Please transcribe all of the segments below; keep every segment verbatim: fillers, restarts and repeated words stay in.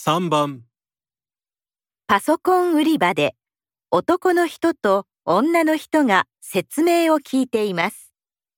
さんばん、 パソコン売り場で男の人と女の人が説明を聞いています。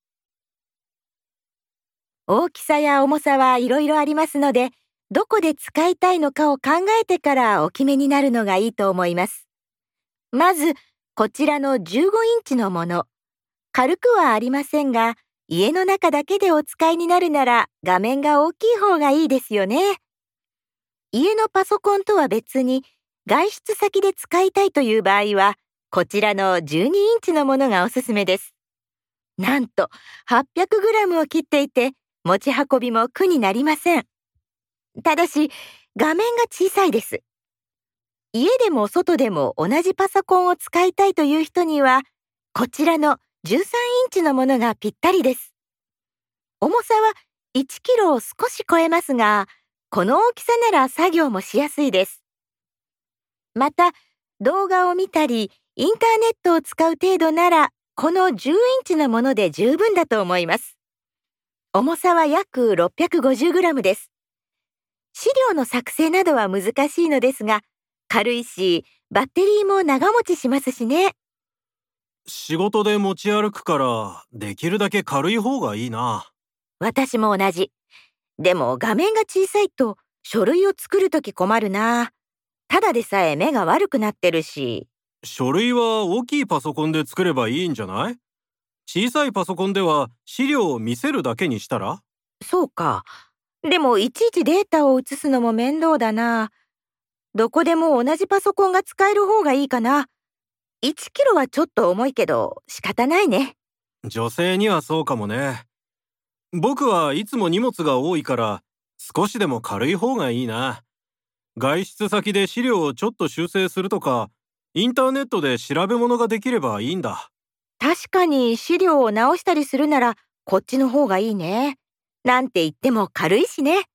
大きさや重さはいろいろありますので、どこで使いたいのかを考えてからお決めになるのがいいと思います。まず、こちらのじゅうごインチのもの。軽くはありませんが、家の中だけでお使いになるなら画面が大きい方がいいですよね。家のパソコンとは別に、外出先で使いたいという場合は、こちらのじゅうにインチのものがおすすめです。なんと はっぴゃくグラム を切っていて、持ち運びも苦になりません。ただし、画面が小さいです。家でも外でも同じパソコンを使いたいという人には、こちらのじゅうさんインチのものがぴったりです。重さはいちキロを少し超えますが、この大きさなら作業もしやすいです。また、動画を見たり、インターネットを使う程度なら、このじゅうインチのもので十分だと思います。重さは約 ろっぴゃくごじゅうグラム です。資料の作成などは難しいのですが、軽いし、バッテリーも長持ちしますしね。 仕事で持ち歩くからできるだけ軽い方がいいな。 私も同じ。でも画面が小さいと書類を作るとき困るな。ただでさえ目が悪くなってるし。 書類は大きいパソコンで作ればいいんじゃない？小さいパソコンでは資料を見せるだけにしたら？ そうか。でもいちいちデータを移すのも面倒だな。どこでも同じパソコンが使える方がいいかな。いちキロはちょっと重いけど仕方ないね。 女性にはそうかもね。僕はいつも荷物が多いから少しでも軽い方がいいな。外出先で資料をちょっと修正するとか、インターネットで調べ物ができればいいんだ。 確かに資料を直したりするならこっちの方がいいね。なんて言っても軽いしね。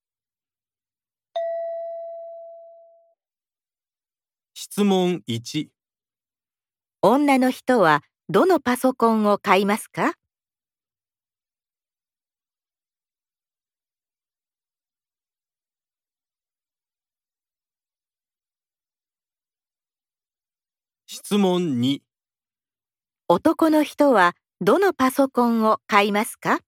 質問いち、 女の人はどのパソコンを買いますか？ 質問に、 男の人はどのパソコンを買いますか？